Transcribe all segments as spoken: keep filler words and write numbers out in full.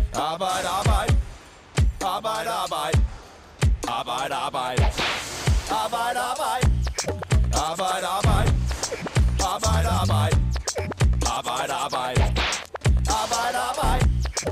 Arbejde, arbejde. Arbejde, arbejde. Arbejde, arbejde. Arbejde, arbejde. Arbejde, arbejde. Arbejde, arbejde. Arbejde, arbejde. Arbejde, arbejde.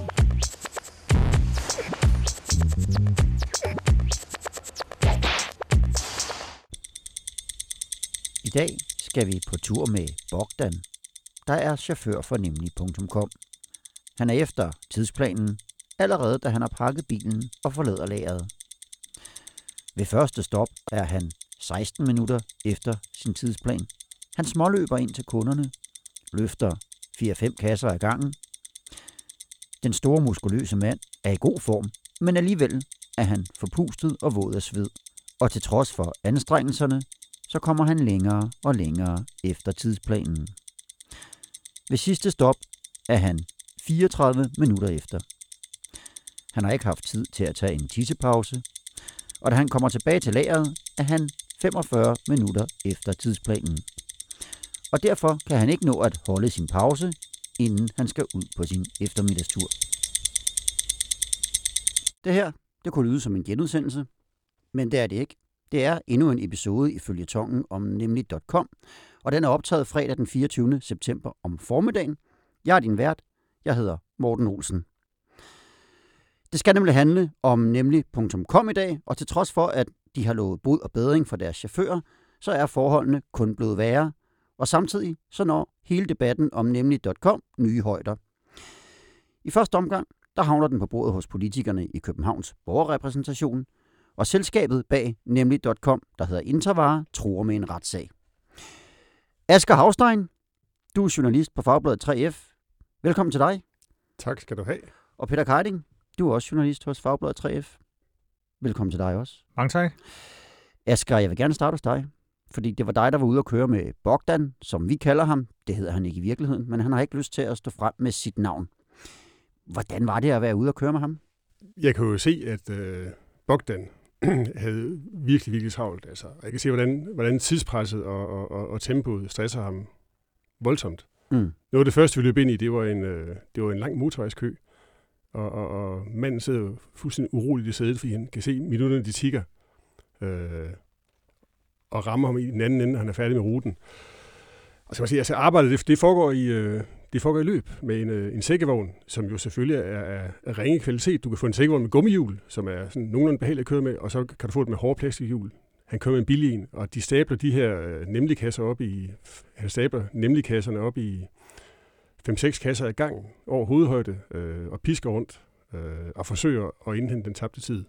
I dag skal vi på tur med Bogdan, der er chauffør for nemlig punktum com. Han er efter tidsplanen, allerede da han har pakket bilen og forlader lageret. Ved første stop er han seksten minutter efter sin tidsplan. Han småløber ind til kunderne, løfter fire fem kasser ad gangen. Den store muskuløse mand er i god form, men alligevel er han forpustet og våd af sved. Og til trods for anstrengelserne, så kommer han længere og længere efter tidsplanen. Ved sidste stop er han fireogtredive minutter efter. Han har ikke haft tid til at tage en tissepause, og da han kommer tilbage til lageret, er han femogfyrre minutter efter tidsplanen. Og derfor kan han ikke nå at holde sin pause, inden han skal ud på sin eftermiddagstur. Det her, det kunne lyde som en genudsendelse, men det er det ikke. Det er endnu en episode i føljetongen om nemlig punktum com, og den er optaget fredag den fireogtyvende september om formiddagen. Jeg er din vært. Jeg hedder Morten Olsen. Det skal nemlig handle om nemlig punktum com i dag, og til trods for, at de har lovet bod og bedring for deres chauffører, så er forholdene kun blevet værre, og samtidig så når hele debatten om nemlig punktum com nye højder. I første omgang, der havner den på bordet hos politikerne i Københavns borgerrepræsentation, og selskabet bag nemlig punktum com, der hedder Intervare, truer med en retssag. Asger Haustein, du er journalist på Fagbladet tre F. Velkommen til dig. Tak skal du have. Og Peter Keiding, du er også journalist hos Fagbladet tre F. Velkommen til dig også. Mange tak. Asger, jeg vil gerne starte hos dig, fordi det var dig, der var ude at køre med Bogdan, som vi kalder ham. Det hedder han ikke i virkeligheden, men han har ikke lyst til at stå frem med sit navn. Hvordan var det at være ude at køre med ham? Jeg kan jo se, at øh, Bogdan havde virkelig, virkelig travlt. Altså, jeg kan se, hvordan, hvordan tidspresset og, og, og, og tempoet stresser ham voldsomt. Mm. Noget af det første, vi løb ind i, det var en, øh, det var en lang motorvejskø. Og, og, og manden sidder jo fuldstændig uroligt i sædet, fordi han kan se minutterne, de tikker. Øh, og rammer ham i den anden ende, når han er færdig med ruten. Og så man sige, altså arbejdet, det, det, foregår i, øh, det foregår i løb med en, øh, en sækkevogn, som jo selvfølgelig er af, af ringe kvalitet. Du kan få en sækkevogn med gummihjul, som er sådan nogenlunde behagelig at køre med, og så kan du få det med hårde plastikhjul. Han kører med en billig en, og de stabler de her øh, nemlig-kasser op i, han stabler nemlig-kasserne op i fem seks kasser ad gangen over hovedhøjde, øh, og pisker rundt, øh, og forsøger at indhente den tabte tid.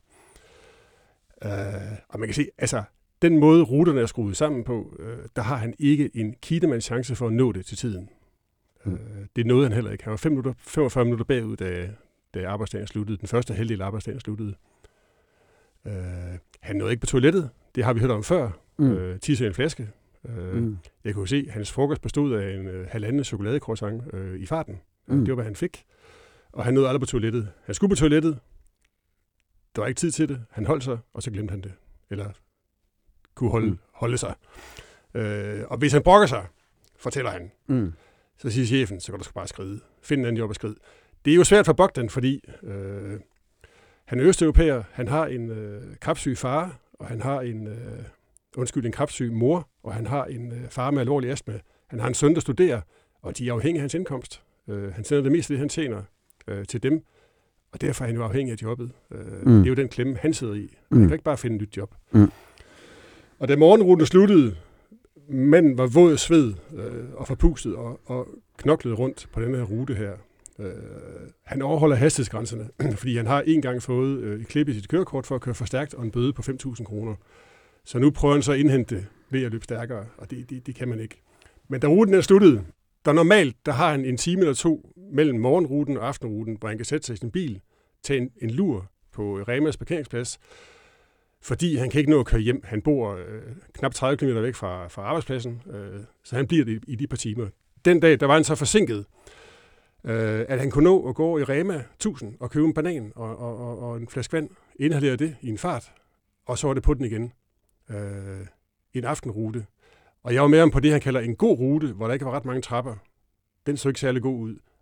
Øh, og man kan se, altså, den måde ruterne er skruet sammen på, øh, der har han ikke en kinemands chance for at nå det til tiden. Mm. Øh, det nåede han heller ikke. Han var fem minutter, femogfyrre minutter bagud, da, da arbejdsdagen sluttede. Den første halvdel af arbejdsdagen sluttede. Øh, han nåede ikke på toilettet. Det har vi hørt om før. Mm. Øh, tisse i en flaske. Øh, mm. Jeg kunne se, at hans frokost bestod af en øh, halvanden chokoladecroissant øh, i farten. Mm. Det var, hvad han fik. Og han nåede aldrig på toilettet. Han skulle på toilettet. Der var ikke tid til det. Han holdt sig, og så glemte han det. Eller kunne holde, mm. holde sig. Øh, og hvis han brokker sig, fortæller han, mm. så siger chefen, så kan du sgu bare skride. Find en anden job og skride. Det er jo svært for Bogdan, fordi øh, han er østeuropæer, han har en øh, kræftsyg far, og han har en, øh, undskyld, en kræftsyg mor, og han har en øh, far med alvorlig astma. Han har en søn, der studerer, og de er afhængige af hans indkomst. Øh, han sender det meste af det, han tjener øh, til dem, og derfor er han jo afhængig af jobbet. Øh, mm. Det er jo den klemme, han sidder i. Han kan ikke bare finde et nyt job. Mm. Og da morgenruten sluttede, manden var våd af sved øh, og forpustet og, og knoklede rundt på den her rute her. Øh, han overholder hastighedsgrænserne, fordi han har en gang fået øh, et klip i sit kørekort for at køre for stærkt og en bøde på fem tusind kroner. Så nu prøver han så at indhente det ved at løbe stærkere, og det, det, det kan man ikke. Men da ruten er sluttet, der normalt der har han en time eller to mellem morgenruten og aftenruten, hvor han kan sætte sig i sin bil, tage en, en lur på Remas parkeringsplads, fordi han kan ikke nå at køre hjem. Han bor øh, knap tredive kilometer væk fra, fra arbejdspladsen, øh, så han bliver det i de par timer. Den dag, der var han så forsinket, øh, at han kunne nå at gå i Rema tusind og købe en banan og, og, og, og en flaske vand, inhalere det i en fart, og så var det på den igen. Øh, en aftenrute. Og jeg var med ham på det, han kalder en god rute, hvor der ikke var ret mange trapper. Den så ikke særlig god ud.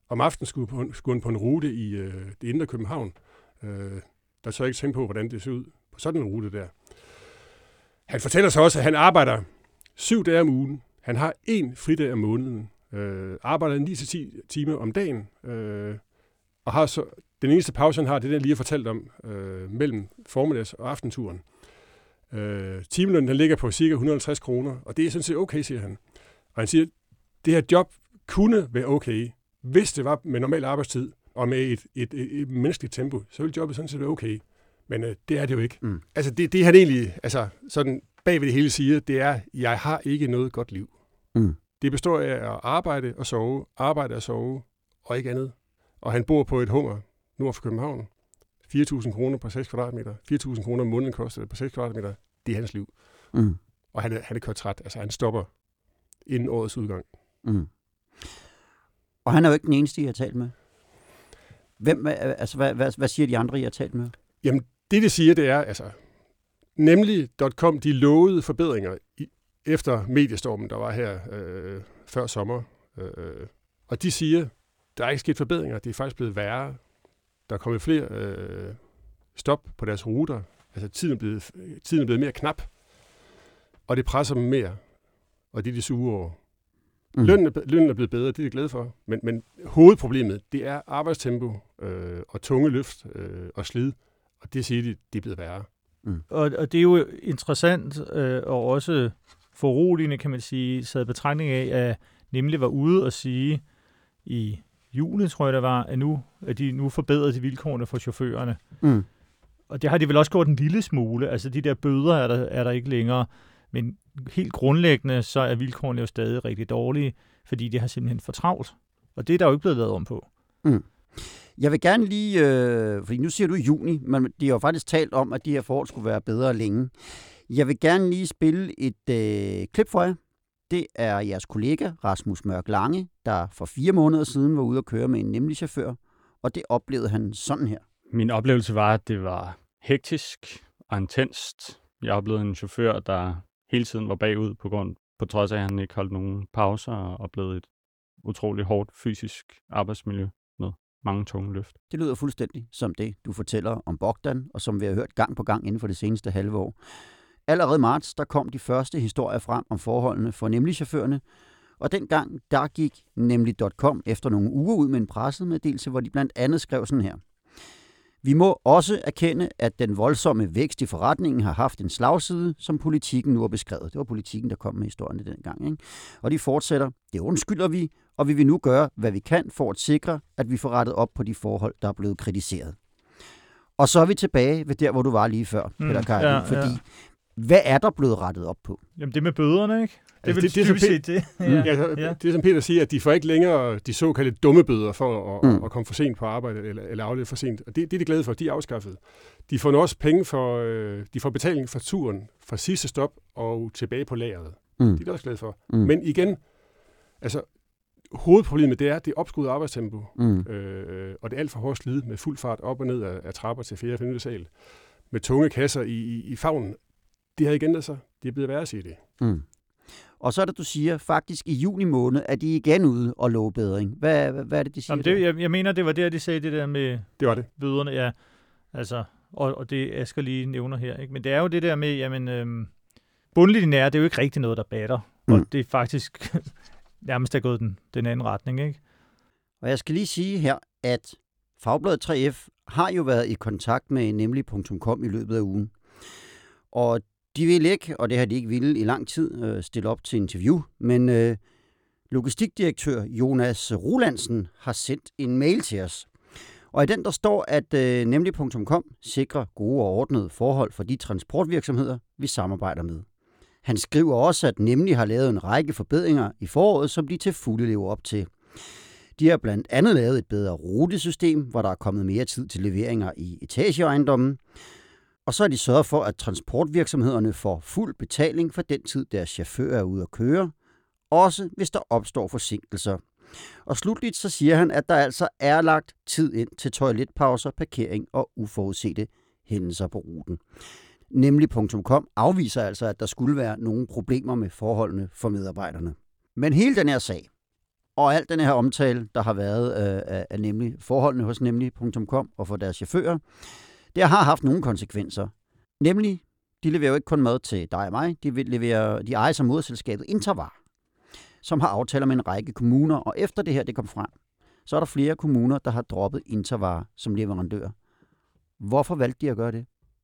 Om aftenen skulle, på, skulle han på en rute i øh, det indre København. Øh, der så ikke tænkt på, hvordan det ser ud på sådan en rute der. Han fortæller så også, at han arbejder syv dage om ugen. Han har én fridag om måneden. Øh, arbejder ni til ti timer om dagen. Øh, og har så den eneste pause, han har, det er den, jeg lige har fortalt om, øh, mellem formiddags- og aftenturen. Øh, timelønnen, den ligger på cirka et hundrede og halvtreds kroner, og det er sådan set okay, siger han. Og han siger, at det her job kunne være okay, hvis det var med normal arbejdstid, og med et, et, et, et menneskeligt tempo, så ville jobbet sådan set være okay. Men øh, det er det jo ikke. Mm. Altså det, det han egentlig, altså sådan bagved det hele siger, det er, jeg har ikke noget godt liv. Mm. Det består af at arbejde og sove, arbejde og sove, og ikke andet. Og han bor på et hummer nord for København. fire tusind kroner på seks kvadratmeter. fire tusind kroner om måneden koster det på seks kvadratmeter. Det er hans liv. Mm. Og han er, han er kørt træt. Altså han stopper inden årets udgang. Mm. Og han er jo ikke den eneste, I har talt med. Hvem, altså, hvad, hvad, hvad siger de andre, I har talt med? Jamen, det de siger, det er, altså, nemlig punktum com, de lovede forbedringer i, efter mediestormen, der var her øh, før sommer. Øh, og de siger, der er ikke sket forbedringer, det er faktisk blevet værre. Der er kommet flere øh, stop på deres ruter. Altså, tiden er, blevet, tiden er blevet mere knap, og det presser dem mere. Og det er de sure over. Mm. Lønnen, er, lønnen er blevet bedre, det er de glade for. Men, men hovedproblemet, det er arbejdstempo øh, og tunge løft øh, og slid. Og det siger de, det er blevet værre. Mm. Og, og det er jo interessant øh, og også foruroligende, kan man sige, sad betragtning af, at nemlig var ude og sige i juni, tror jeg det var, at, nu, at de nu forbedrede de vilkårene for chaufførerne. Mm. Og det har de vel også gjort en lille smule. Altså de der bøder er der, er der ikke længere. Men helt grundlæggende, så er vilkårene jo stadig rigtig dårlige, fordi de har simpelthen for travlt. Og det er der jo ikke blevet lavet om på. Mm. Jeg vil gerne lige, øh, fordi nu siger du juni, men de har jo faktisk talt om, at de her forhold skulle være bedre længe. Jeg vil gerne lige spille et øh, klip for jer. Det er jeres kollega, Rasmus Mørk Lange, der for fire måneder siden var ude at køre med en nemlig chauffør, og det oplevede han sådan her. Min oplevelse var, at det var hektisk og intenst. Jeg oplevede en chauffør, der hele tiden var bagud på grund, på trods af, at han ikke holdt nogen pauser og oplevede et utroligt hårdt fysisk arbejdsmiljø med mange tunge løft. Det lyder fuldstændig som det, du fortæller om Bogdan, og som vi har hørt gang på gang inden for det seneste halve år. Allerede i marts, der kom de første historier frem om forholdene for nemlig chaufførerne, og dengang, der gik nemlig punktum com efter nogle uger ud med en pressemeddelelse, hvor de blandt andet skrev sådan her. Vi må også erkende, at den voldsomme vækst i forretningen har haft en slagside, som Politikken nu har beskrevet. Det var Politikken, der kom med historien dengang. Ikke? Og de fortsætter, det undskylder vi, og vi vil nu gøre, hvad vi kan for at sikre, at vi får rettet op på de forhold, der er blevet kritiseret. Og så er vi tilbage ved der, hvor du var lige før, mm, Peter Kajten, ja, fordi ja. Hvad er der blevet rettet op på? Jamen det med bøderne, ikke? Det er vel altså, det, det, set det. Ja. Ja, ja. Det er som Peter siger, at de får ikke længere de såkaldte dumme bøder for at, mm. at komme for sent på arbejde eller, eller aflede for sent. Og det, det er de glade for, de er afskaffet. De får nu også penge for, øh, de får betaling for turen fra sidste stop og tilbage på lageret. Mm. Det er de også glade for. Mm. Men igen, altså hovedproblemet det er, det er opskruet arbejdstempo. Mm. Øh, og det er alt for hårdt slid med fuld fart op og ned af, af trapper til fjerde og femte sal. Med tunge kasser i, i, i favnen. Det har ikke ændret sig. Det er blevet værre at sige det. Mm. Og så er det, du siger, faktisk i juni måned, er de igen ude og love bedring. Hvad, hvad, hvad er det, de siger? Jamen det, jeg, jeg mener, det var der, de sagde det der med det var det. bøderne. Ja. Altså, og, og det Asger lige nævner her. Ikke? Men det er jo det der med, jamen, øhm, bundlinjen er, det er jo ikke rigtig noget, der batter. Mm. Og det er faktisk nærmest er gået den, den anden retning. Ikke? Og jeg skal lige sige her, at Fagbladet tre F har jo været i kontakt med nemlig punktum com i løbet af ugen. Og de vil ikke, og det har de ikke ville i lang tid, øh, stille op til interview, men øh, logistikdirektør Jonas Rolandsen har sendt en mail til os. Og i den der står, at øh, nemlig punktum com sikrer gode og ordnede forhold for de transportvirksomheder, vi samarbejder med. Han skriver også, at nemlig har lavet en række forbedringer i foråret, som de til fulde lever op til. De har blandt andet lavet et bedre rutesystem, hvor der er kommet mere tid til leveringer i etageejendommen. Og så har de sørget for, at transportvirksomhederne får fuld betaling for den tid, deres chauffører er ude at køre, også hvis der opstår forsinkelser. Og slutligt så siger han, at der altså er lagt tid ind til toiletpauser, parkering og uforudsete hændelser på ruten. Nemlig punktum com afviser altså, at der skulle være nogle problemer med forholdene for medarbejderne. Men hele den her sag, Og alt den her omtale, der har været øh, af, af nemlig forholdene hos nemlig punktum com og for deres chauffører, det har haft nogle konsekvenser. Nemlig, de leverer jo ikke kun mad til dig og mig, de, vil levere, de ejer som moderselskabet Intervar, som har aftaler med en række kommuner, og efter det her det kom frem, så er der flere kommuner, der har droppet Intervar som leverandør. Hvorfor valgte de at gøre det?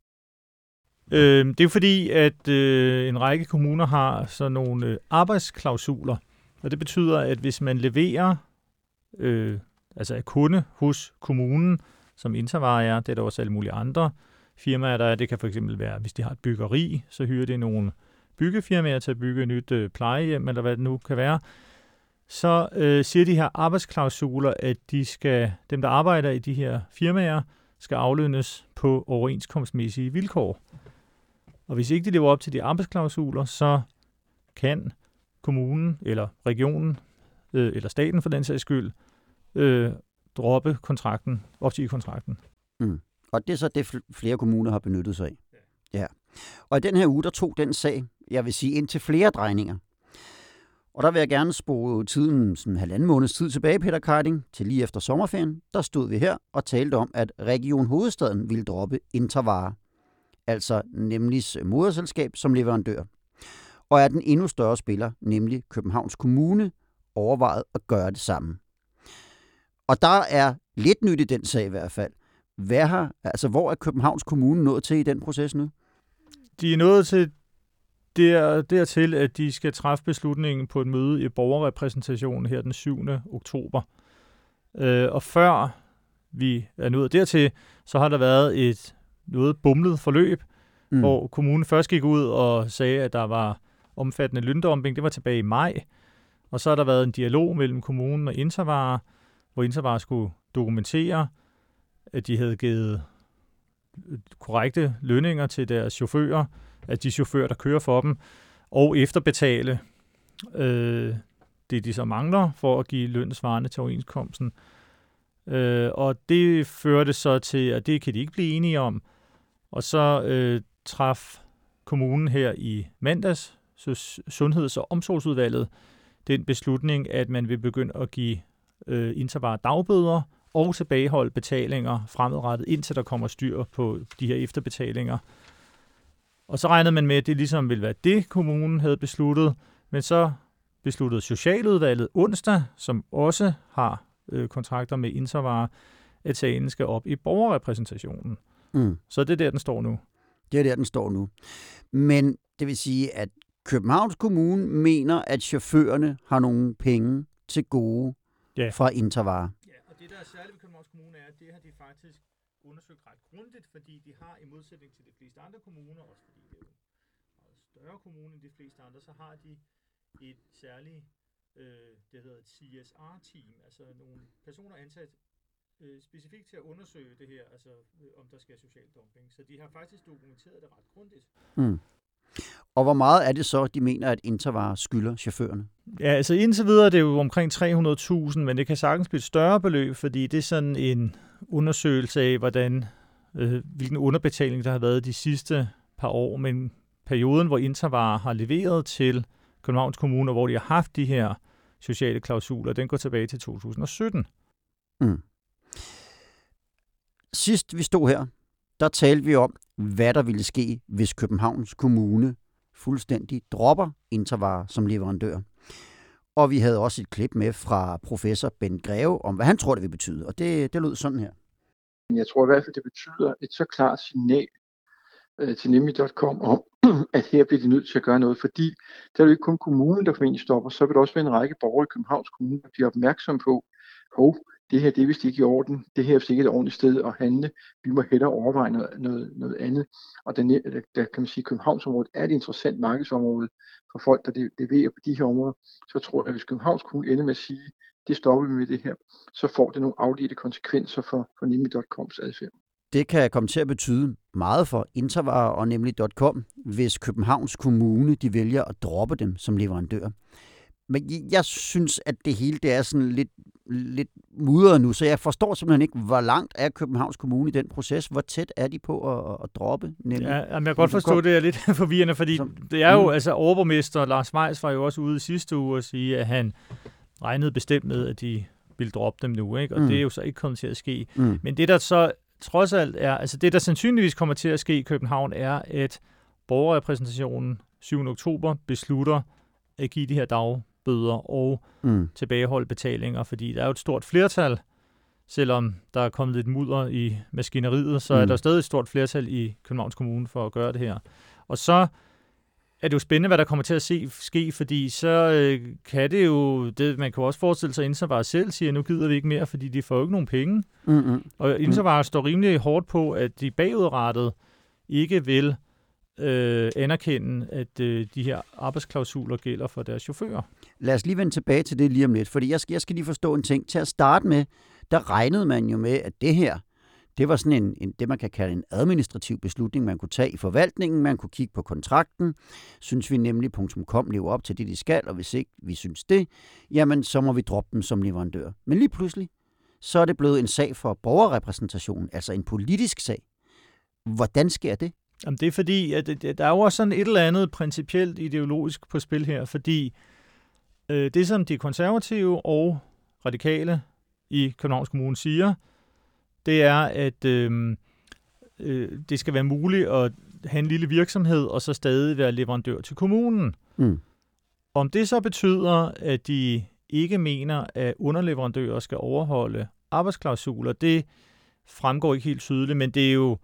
Øh, det er jo fordi, at øh, en række kommuner har sådan nogle øh, arbejdsklausuler, og det betyder, at hvis man leverer, øh, altså er kunde hos kommunen, som Intervar er, det er der også alle mulige andre firmaer, der er. Det kan for eksempel være, hvis de har et byggeri, så hyrer de nogle byggefirmaer til at bygge et nyt øh, plejehjem, eller hvad det nu kan være. Så øh, siger de her arbejdsklausuler, at de skal, dem, der arbejder i de her firmaer, skal aflønnes på overenskomstmæssige vilkår. Og hvis ikke de lever op til de arbejdsklausuler, så kan kommunen eller regionen, øh, eller staten for den sags skyld, øh, droppe kontrakten, opsige kontrakten. Mm. Og det er så det, flere kommuner har benyttet sig af. Ja. Ja. Og i den her uge, der tog den sag, jeg vil sige, ind til flere drejninger. Og der vil jeg gerne spore tiden, sådan en halvanden måneds tid tilbage, Peter Karding, til lige efter sommerferien. Der stod vi her og talte om, at Region Hovedstaden ville droppe Intervar, altså nemlig moderselskab som leverandør. Og er den endnu større spiller, nemlig Københavns Kommune, overvejet at gøre det samme. Og der er lidt nyt i den sag i hvert fald. Hvad har, altså, hvor er Københavns Kommune nået til i den proces nu? De er nået til der, dertil, at de skal træffe beslutningen på et møde i borgerrepræsentationen her den syvende oktober. Øh, og før vi er nået dertil, så har der været et noget bumlet forløb, mm. hvor kommunen først gik ud og sagde, at der var omfattende løndumping. Det var tilbage i maj. Og så har der været en dialog mellem kommunen og Intervar, hvor Intervar skulle dokumentere, at de havde givet korrekte lønninger til deres chauffører, at de chauffører, der kører for dem, og efterbetale øh, det, de så mangler for at give løn svarende til overenskomsten. Øh, og det førte så til, at det kan de ikke blive enige om. Og så øh, traf kommunen her i mandags, så Sundheds- og Omsorgsudvalget, den beslutning, at man vil begynde at give øh, Intervar dagbøder og tilbageholde betalinger fremadrettet, indtil der kommer styr på de her efterbetalinger. Og så regnede man med, at det ligesom ville være det, kommunen havde besluttet, men så besluttede Socialudvalget onsdag, som også har øh, kontrakter med Intervar, at sagen skal op i borgerrepræsentationen. Mm. Så det er der, den står nu. Det er der, den står nu. Men det vil sige, at Københavns Kommune mener, at chaufførerne har nogle penge til gode ja. fra Intervar. Ja, og det, der er særligt ved Københavns Kommune, er, at det har de faktisk undersøgt ret grundigt, fordi de har i modsætning til de fleste andre kommuner, også fordi det er jo en større kommune end de fleste andre, så har de et særligt, øh, det hedder et C S R-team, altså nogle personer ansat øh, specifikt til at undersøge det her, altså øh, om der sker social dumping. Så de har faktisk dokumenteret det ret grundigt. Mm. Og hvor meget er det så, de mener, at Intervar skylder chaufførerne? Ja, altså indtil videre er det jo omkring tre hundrede tusind, men det kan sagtens blive et større beløb, fordi det er sådan en undersøgelse af, hvordan, øh, hvilken underbetaling der har været de sidste par år. Men perioden, hvor Intervar har leveret til Københavns Kommune, hvor de har haft de her sociale klausuler, den går tilbage til to tusind og sytten. Mm. Sidst vi stod her, der talte vi om, hvad der ville ske, hvis Københavns Kommune fuldstændig dropper Intervar som leverandør. Og vi havde også et klip med fra professor Bent Greve om, hvad han tror, det vil betyde. Og det, det lød sådan her. Jeg tror i hvert fald, det betyder et så klart signal øh, til nemlig punktum com om, at her bliver de nødt til at gøre noget. Fordi der er jo ikke kun kommunen, der formentlig stopper, så vil der også være en række borgere i Københavns Kommune, der bliver opmærksom på, hov, det her det er vist ikke i orden, det her er vist ikke et ordentligt sted at handle, vi må hellere overveje noget, noget, noget andet. Og der, der kan man sige, at Københavnsområdet er et interessant markedsområde for folk, der leverer på de her områder. Så tror jeg, at hvis Københavns Kommune ender med at sige, det stopper vi med det her, så får det nogle afledte konsekvenser for, for nemlig punktum coms adfærd. Det kan komme til at betyde meget for Intervar og nemlig punktum com, hvis Københavns Kommune de vælger at droppe dem som leverandør. Men jeg synes, at det hele det er sådan lidt, lidt mudret nu, så jeg forstår simpelthen ikke, hvor langt er Københavns Kommune i den proces. Hvor tæt er de på at, at droppe? Nemlig, ja, jeg kan godt forstå, det er lidt forvirrende, fordi som, det er jo, mm. altså overborgmester Lars Weiss var jo også ude i sidste uge og sige, at han regnede bestemt med, at de ville droppe dem nu, ikke? Og Mm. det er jo så ikke kommet til at ske. Mm. Men det, der så trods alt er, altså det, der sandsynligvis kommer til at ske i København, er, at borgerrepræsentationen syvende oktober beslutter at give de her dagbøder og Mm. tilbageholde betalinger, fordi der er jo et stort flertal, selvom der er kommet lidt mudder i maskineriet, så mm. er der stadig et stort flertal i Københavns Kommune for at gøre det her. Og så er det jo spændende, hvad der kommer til at se, ske, fordi så øh, kan det jo, det, man kan jo også forestille sig, at Intervar selv siger, at nu gider vi ikke mere, fordi de får jo ikke nogen penge. Mm-hmm. Og Intervar mm. står rimelig hårdt på, at de bagudrettet ikke vil øh, anerkende, at øh, de her arbejdsklausuler gælder for deres chauffører. Lad os lige vende tilbage til det lige om lidt, fordi jeg skal, jeg skal lige forstå en ting. Til at starte med, der regnede man jo med, at det her, det var sådan en, en, det, man kan kalde en administrativ beslutning, man kunne tage i forvaltningen, man kunne kigge på kontrakten. Synes vi nemlig punktum com lever op til det, de skal, og hvis ikke vi synes det, jamen så må vi droppe dem som leverandør. Men lige pludselig, så er det blevet en sag for borgerrepræsentationen, altså en politisk sag. Hvordan sker det? Jamen, det er fordi, at der er jo også sådan et eller andet principielt ideologisk på spil her, fordi øh, det, som de konservative og radikale i Københavns Kommune siger, det er, at øh, øh, det skal være muligt at have en lille virksomhed, og så stadig være leverandør til kommunen. Mm. Om det så betyder, at de ikke mener, at underleverandører skal overholde arbejdsklausuler, det fremgår ikke helt tydeligt, men det er jo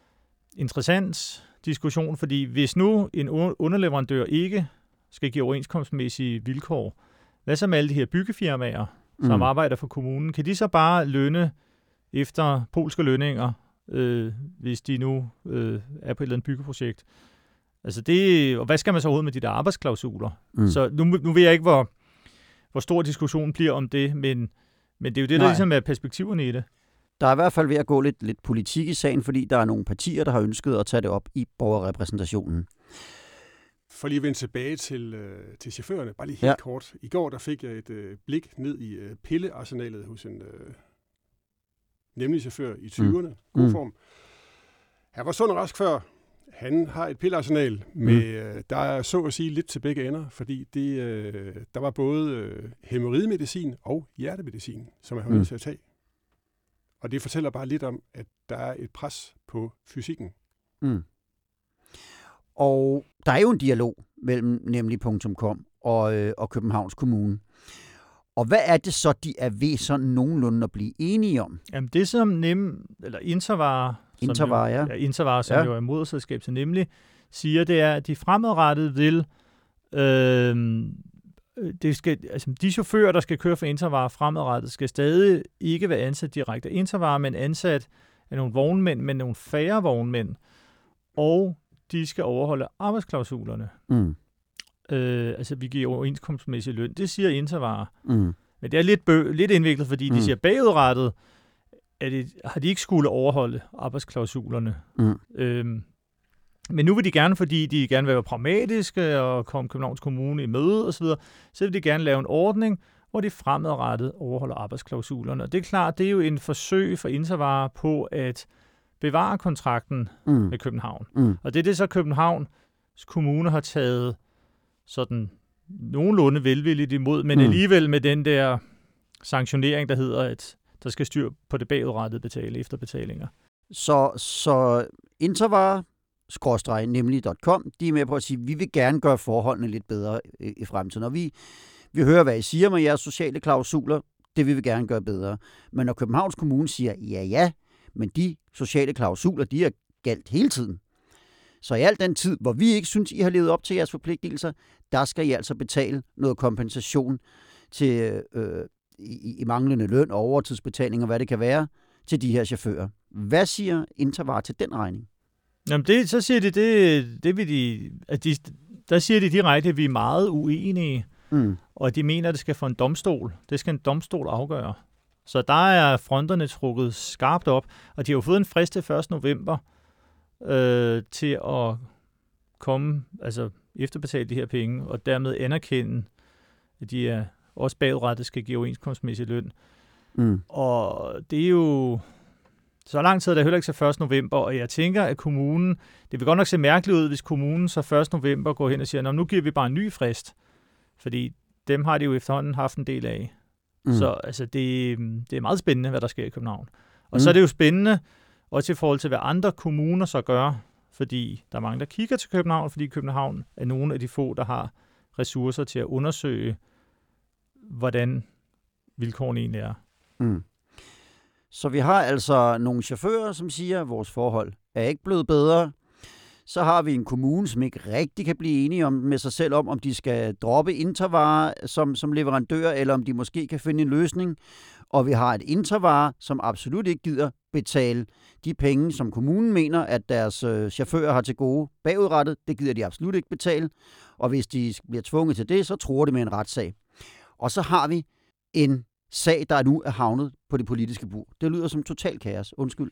interessant diskussion, fordi hvis nu en underleverandør ikke skal give overenskomstmæssige vilkår, hvad så med alle de her byggefirmaer, som mm. arbejder for kommunen? Kan de så bare lønne efter polske lønninger, øh, hvis de nu øh, er på et eller andet byggeprojekt? Altså det, og hvad skal man så overhovedet med de der arbejdsklausuler? Mm. Så nu, nu ved jeg ikke, hvor, hvor stor diskussionen bliver om det, men, men det er jo det, der Nej. ligesom er perspektiverne i det. Der er i hvert fald ved at gå lidt, lidt politik i sagen, fordi der er nogle partier, der har ønsket at tage det op i borgerrepræsentationen. For lige at vende tilbage til, øh, til chaufførerne, bare lige helt ja. kort. I går der fik jeg et øh, blik ned i øh, pillearsenalet hos en øh, nemlig chauffør i tyverne. Mm. God form. Mm. Han var sund og rask før. Han har et pillearsenal, med, mm. øh, der er så at sige lidt til begge ender, fordi det, øh, der var både øh, hæmoridemedicin og hjertemedicin, som han var nødt til at tage. Og det fortæller bare lidt om, at der er et pres på fysikken. Mm. Og der er jo en dialog mellem nemlig punktum com og, øh, og Københavns Kommune. Og hvad er det så, de er ved sådan nogenlunde at blive enige om? Jamen det som nem, eller Intervar, Intervar, som jo, ja. ja, Intervar, som ja. jo er moderselskab til nemlig, siger, det er, at de fremadrettet vil, øh, det skal, altså de chauffører, der skal køre for Intervar fremadrettet, skal stadig ikke være ansat direkte af Intervar, men ansat af nogle vognmænd, men nogle færre vognmænd. Og de skal overholde arbejdsklausulerne. Mm. Øh, altså, vi giver overenskomstmæssig løn. Det siger Intervar. Mm. Men det er lidt, bø- lidt indviklet, fordi mm. de siger bagudrettet, at det, har de ikke skulle overholde arbejdsklausulerne. Mm. Øhm, men nu vil de gerne, fordi de gerne vil være pragmatiske og komme Københavns Kommune i møde osv., så vil de gerne lave en ordning, hvor de fremadrettet overholder arbejdsklausulerne. Og det er klart, det er jo en forsøg for Intervar på at bevare kontrakten mm. med København. Mm. Og det er det så, Københavns Kommune har taget sådan nogenlunde velvilligt imod, men mm. alligevel med den der sanktionering, der hedder, at der skal styr på det bagudrettede betale efterbetalinger. Så, så Intervar, skråstreg, nemlig punktum com, de er med på at sige, at vi vil gerne gøre forholdene lidt bedre i, i fremtiden. Og vi, vi hører, hvad I siger med jeres sociale klausuler, det vil vi gerne gøre bedre. Men når Københavns Kommune siger, ja ja, men de sociale klausuler, de er galt hele tiden. Så i al den tid, hvor vi ikke synes, I har levet op til jeres forpligtelser, der skal I altså betale noget kompensation til øh, i, i manglende løn og overtidsbetaling og hvad det kan være til de her chauffører. Hvad siger Intervar til den regning? Jamen det, så siger de, det, det vil de, at de, der siger de direkte, at vi er meget uenige, mm. og at de mener, at det skal få en domstol. Det skal en domstol afgøre. Så der er fronterne trukket skarpt op, og de har jo fået en frist til første november øh, til at komme, altså efterbetale de her penge, og dermed anerkende, at de er også bagudrettet skal give overenskomstmæssig løn. Mm. Og det er jo så lang tid, der er heller ikke så første november, og jeg tænker, at kommunen, det vil godt nok se mærkeligt ud, hvis kommunen så første november går hen og siger, nu giver vi bare en ny frist, fordi dem har de jo efterhånden haft en del af. Mm. Så altså, det, det er meget spændende, hvad der sker i København. Og mm. så er det jo spændende, også i forhold til, hvad andre kommuner så gør, fordi der er mange, der kigger til København, fordi København er nogle af de få, der har ressourcer til at undersøge, hvordan vilkårene egentlig er. Mm. Så vi har altså nogle chauffører, som siger, at vores forhold er ikke blevet bedre. Så har vi en kommune, som ikke rigtig kan blive enige om, med sig selv om, om de skal droppe Intervarer som, som leverandør, eller om de måske kan finde en løsning. Og vi har et Intervarer, som absolut ikke gider betale de penge, som kommunen mener, at deres øh, chauffører har til gode bagudrettet. Det gider de absolut ikke betale. Og hvis de bliver tvunget til det, så tror det med en retssag. Og så har vi en sag, der nu er havnet på det politiske bord. Det lyder som total kaos. Undskyld.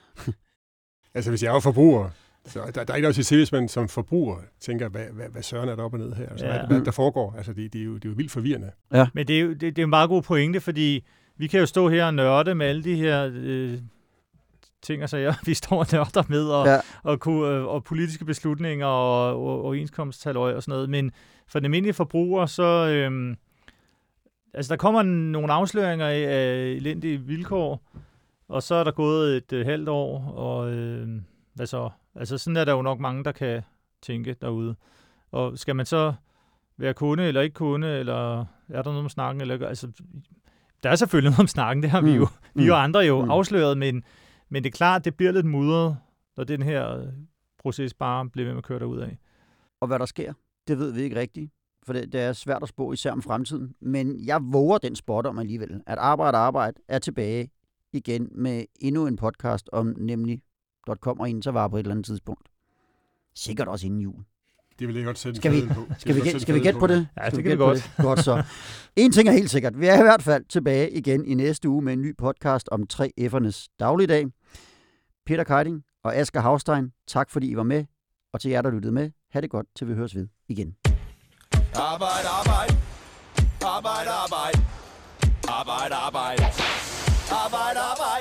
Altså, hvis jeg er forbruger, så der, der er ikke også et hvis man som forbruger tænker, hvad, hvad, hvad søren er der op og ned her? Altså, ja. hvad, hvad der foregår? Altså, det, det, er jo, det er jo vildt forvirrende. Ja. Men det er jo det, det er en meget god pointe, fordi vi kan jo stå her og nørde med alle de her øh, ting, og sager, vi står og nørder med, og, ja. og, og, og politiske beslutninger og, og overenskomsthalløj og sådan noget. Men for den almindelige forbruger, så øh, altså, der kommer nogle afsløringer af, af elendige vilkår, og så er der gået et øh, halvt år, og øh, hvad så? Altså, sådan er der jo nok mange, der kan tænke derude. Og skal man så være kunde eller ikke kunde, eller er der noget om snakken? Eller, altså, der er selvfølgelig noget om snakken, det har mm. vi jo, vi mm. jo andre jo mm. afsløret, men, men det er klart, det bliver lidt mudret, når den her proces bare bliver ved med at køre derud af. Og hvad der sker, det ved vi ikke rigtigt, for det, det er svært at spå, især om fremtiden. Men jeg våger den spot om alligevel, at Arbejde Arbejde er tilbage igen med endnu en podcast om nemlig .com og Intervarer på et eller andet tidspunkt. Sikkert også inden jul. Det vil jeg godt sætte skal vi, på. Skal vi, gæt, skal vi gætte på det? Ja, det kan vi godt. Det? Godt så. En ting er helt sikkert. Vi er i hvert fald tilbage igen i næste uge med en ny podcast om tre F'ernes dagligdag. Peter Keiding og Asger Haustein, tak fordi I var med. Og til jer, der lyttede med, ha' det godt, til vi høres ved igen. Arbejde, arbejde. Arbejde, arbejde. Arbejde, arbejde. Arbejde, arbejde.